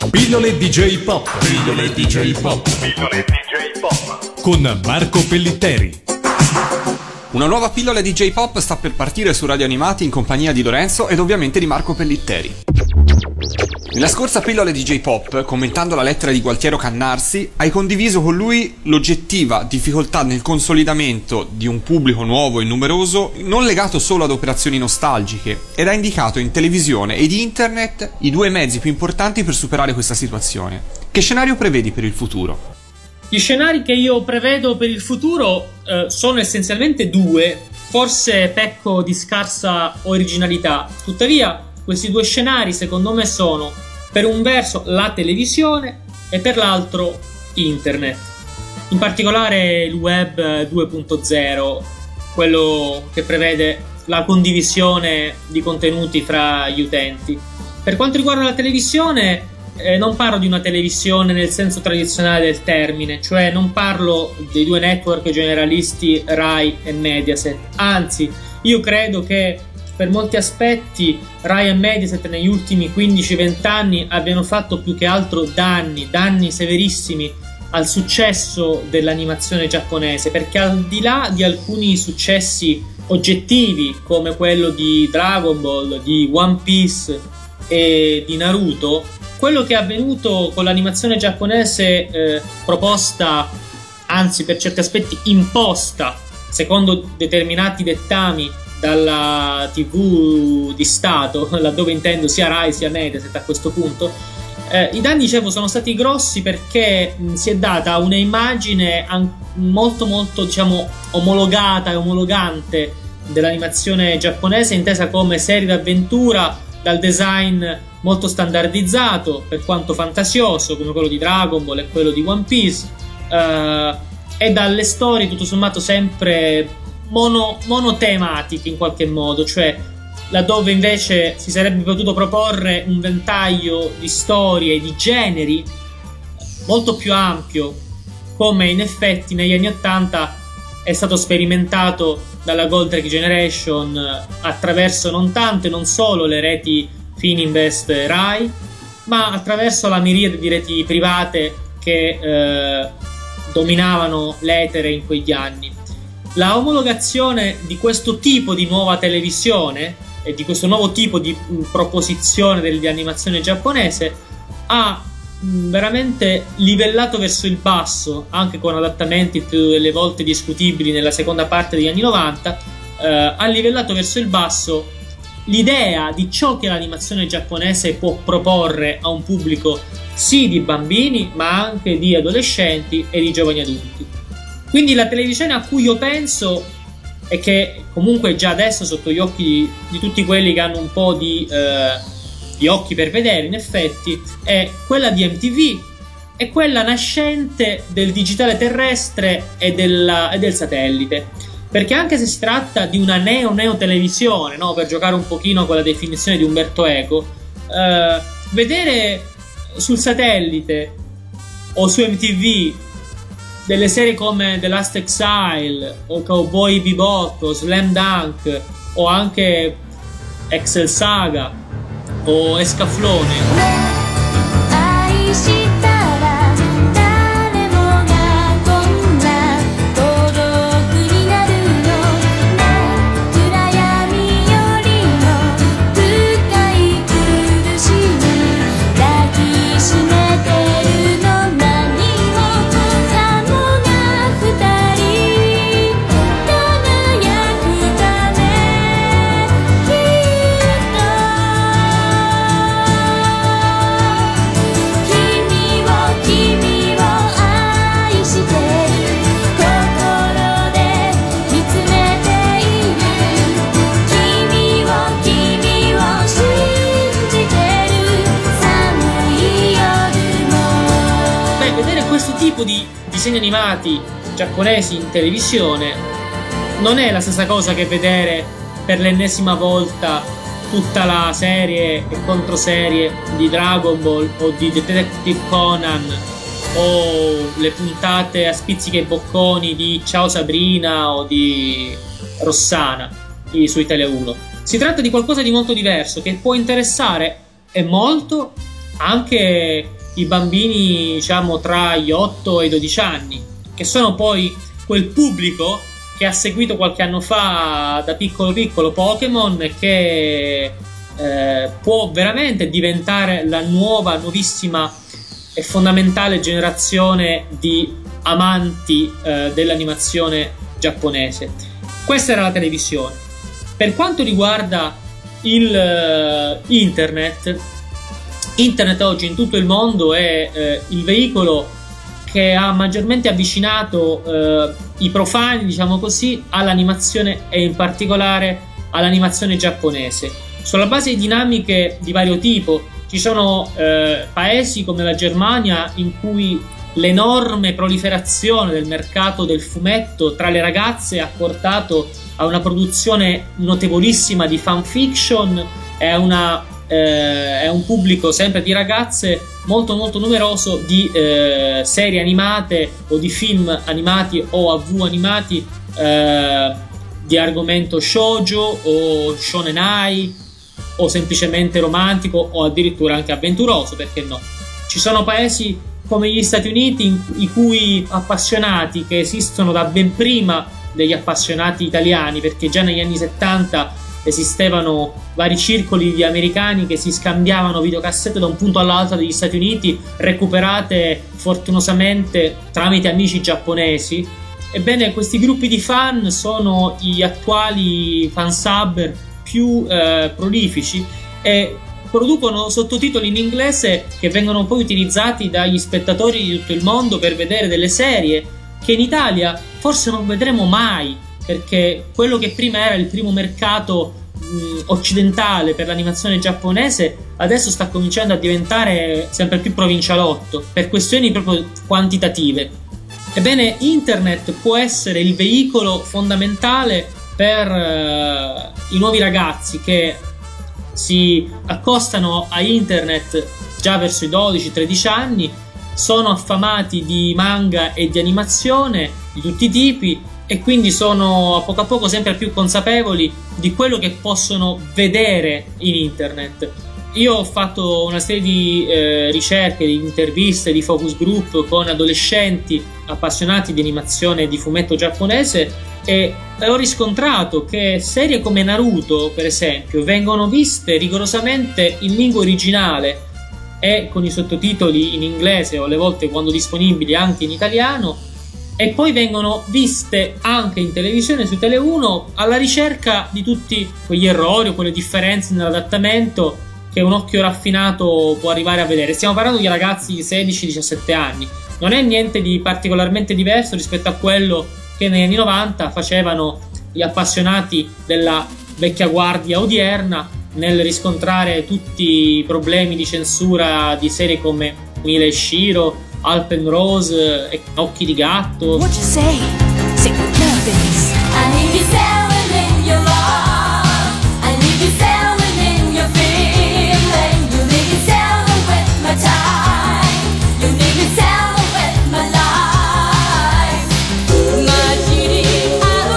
Pillole DJ Pop. Pillole DJ Pop. Pillole DJ Pop. Con Marco Pellitteri. Una nuova pillola DJ Pop sta per partire su Radio Animati in compagnia di Lorenzo ed ovviamente di Marco Pellitteri. Nella scorsa pillola DJ Pop, commentando la lettera di Gualtiero Cannarsi, hai condiviso con lui l'oggettiva difficoltà nel consolidamento di un pubblico nuovo e numeroso, non legato solo ad operazioni nostalgiche, ed hai indicato in televisione ed internet i due mezzi più importanti per superare questa situazione. Che scenario prevedi per il futuro? Gli scenari che io prevedo per il futuro sono essenzialmente due, forse pecco di scarsa originalità. Tuttavia, questi due scenari secondo me sono, per un verso, la televisione e per l'altro internet. In particolare il web 2.0, quello che prevede la condivisione di contenuti fra gli utenti. Per quanto riguarda la televisione, non parlo di una televisione nel senso tradizionale del termine, cioè non parlo dei due network generalisti Rai e Mediaset. Anzi, io credo che per molti aspetti Rai e Mediaset negli ultimi 15-20 anni abbiano fatto più che altro danni severissimi al successo dell'animazione giapponese, perché al di là di alcuni successi oggettivi come quello di Dragon Ball, di One Piece e di Naruto, quello che è avvenuto con l'animazione giapponese proposta, anzi per certi aspetti imposta, secondo determinati dettami dalla TV di Stato, laddove intendo sia Rai sia Mediaset a questo punto, i danni, dicevo, sono stati grossi perché si è data un'immagine molto diciamo omologata e omologante dell'animazione giapponese, intesa come serie d'avventura dal design molto standardizzato, per quanto fantasioso, come quello di Dragon Ball e quello di One Piece, e dalle storie tutto sommato sempre monotematiche in qualche modo, cioè laddove invece si sarebbe potuto proporre un ventaglio di storie e di generi molto più ampio, come in effetti negli anni '80 è stato sperimentato dalla Golden Generation attraverso non tanto e non solo le reti Fininvest e Rai, ma attraverso la miriade di reti private che dominavano l'etere in quegli anni. La omologazione di questo tipo di nuova televisione e di questo nuovo tipo di proposizione di animazione giapponese ha veramente livellato verso il basso, anche con adattamenti più delle volte discutibili nella seconda parte degli anni 90, ha livellato verso il basso l'idea di ciò che l'animazione giapponese può proporre a un pubblico sì di bambini ma anche di adolescenti e di giovani adulti. Quindi la televisione a cui io penso, e che comunque già adesso sotto gli occhi di tutti quelli che hanno un po' di occhi per vedere, in effetti, è quella di MTV e quella nascente del digitale terrestre e del satellite. Perché anche se si tratta di una neo televisione, no? Per giocare un pochino con la definizione di Umberto Eco, vedere sul satellite o su MTV delle serie come The Last Exile o Cowboy Bebop o Slam Dunk o anche Excel Saga o Escaflowne, di disegni animati giapponesi in televisione non è la stessa cosa che vedere per l'ennesima volta tutta la serie e controserie di Dragon Ball o di Detective Conan o le puntate a spizzichi e bocconi di Ciao Sabrina o di Rossana su Italia 1. Si tratta di qualcosa di molto diverso che può interessare e molto anche i bambini, diciamo, tra gli 8 e i 12 anni, che sono poi quel pubblico che ha seguito qualche anno fa da piccolo Pokémon e che può veramente diventare la nuovissima e fondamentale generazione di amanti dell'animazione giapponese. Questa era la televisione. Per quanto riguarda internet oggi in tutto il mondo è il veicolo che ha maggiormente avvicinato i profani, diciamo così, all'animazione e in particolare all'animazione giapponese. Sulla base di dinamiche di vario tipo, ci sono paesi come la Germania in cui l'enorme proliferazione del mercato del fumetto tra le ragazze ha portato a una produzione notevolissima di fanfiction e a un pubblico sempre di ragazze molto numeroso di serie animate o di film animati o AV animati di argomento shoujo o shonenai o semplicemente romantico o addirittura anche avventuroso, perché no? Ci sono paesi come gli Stati Uniti i cui appassionati, che esistono da ben prima degli appassionati italiani, perché già negli anni 70 esistevano vari circoli di americani che si scambiavano videocassette da un punto all'altro degli Stati Uniti, recuperate fortunosamente tramite amici giapponesi. Ebbene, questi gruppi di fan sono gli attuali fansub più prolifici e producono sottotitoli in inglese che vengono poi utilizzati dagli spettatori di tutto il mondo per vedere delle serie che in Italia forse non vedremo mai, perché quello che prima era il primo mercato occidentale per l'animazione giapponese adesso sta cominciando a diventare sempre più provincialotto per questioni proprio quantitative. Ebbene, internet può essere il veicolo fondamentale per i nuovi ragazzi che si accostano a internet già verso i 12-13 anni, sono affamati di manga e di animazione di tutti i tipi e quindi sono a poco sempre più consapevoli di quello che possono vedere in internet. Io ho fatto una serie di ricerche, di interviste, di focus group con adolescenti appassionati di animazione e di fumetto giapponese e ho riscontrato che serie come Naruto, per esempio, vengono viste rigorosamente in lingua originale e con i sottotitoli in inglese o alle volte, quando disponibili, anche in italiano, e poi vengono viste anche in televisione su Tele 1 alla ricerca di tutti quegli errori o quelle differenze nell'adattamento che un occhio raffinato può arrivare a vedere. Stiamo parlando di ragazzi di 16-17 anni. Non è niente di particolarmente diverso rispetto a quello che negli anni 90 facevano gli appassionati della vecchia guardia odierna nel riscontrare tutti i problemi di censura di serie come Mila e Shiro, Alpen Rose e Occhi di Gatto. What you say? Say nothing. I need you selling in your love. I need you selling in your feeling. You need me selling with my time. You need me selling with my life. My genie,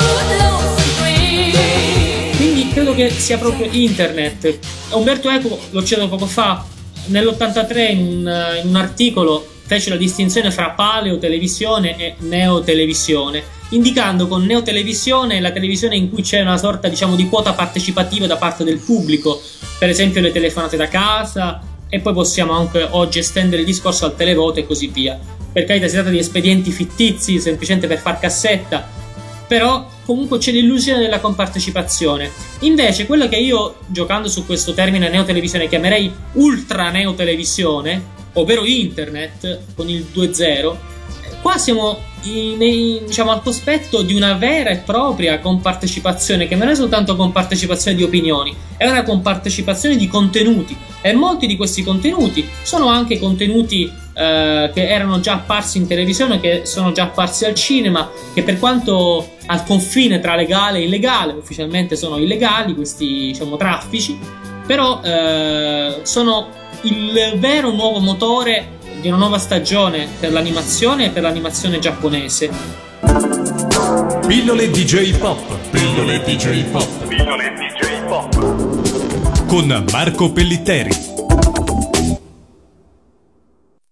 quindi credo che sia proprio internet. Umberto Eco, l'ho citato poco fa, nell'83 in un articolo fece la distinzione fra paleotelevisione e neotelevisione, indicando con neotelevisione la televisione in cui c'è una sorta, diciamo, di quota partecipativa da parte del pubblico, per esempio le telefonate da casa, e poi possiamo anche oggi estendere il discorso al televoto e così via. Per carità, si tratta di espedienti fittizi semplicemente per far cassetta, però comunque c'è l'illusione della compartecipazione. Invece quello che io, giocando su questo termine neotelevisione, chiamerei ultra neotelevisione, ovvero internet con il 2.0, qua siamo diciamo al cospetto di una vera e propria compartecipazione, che non è soltanto compartecipazione di opinioni, è una compartecipazione di contenuti, e molti di questi contenuti sono anche contenuti che erano già apparsi in televisione, che sono già apparsi al cinema, che per quanto al confine tra legale e illegale, ufficialmente sono illegali questi, diciamo, traffici, però sono il vero nuovo motore di una nuova stagione per l'animazione e per l'animazione giapponese. Pillole DJ Pop. Pillole DJ Pop. Pillole DJ Pop. Con Marco Pellitteri.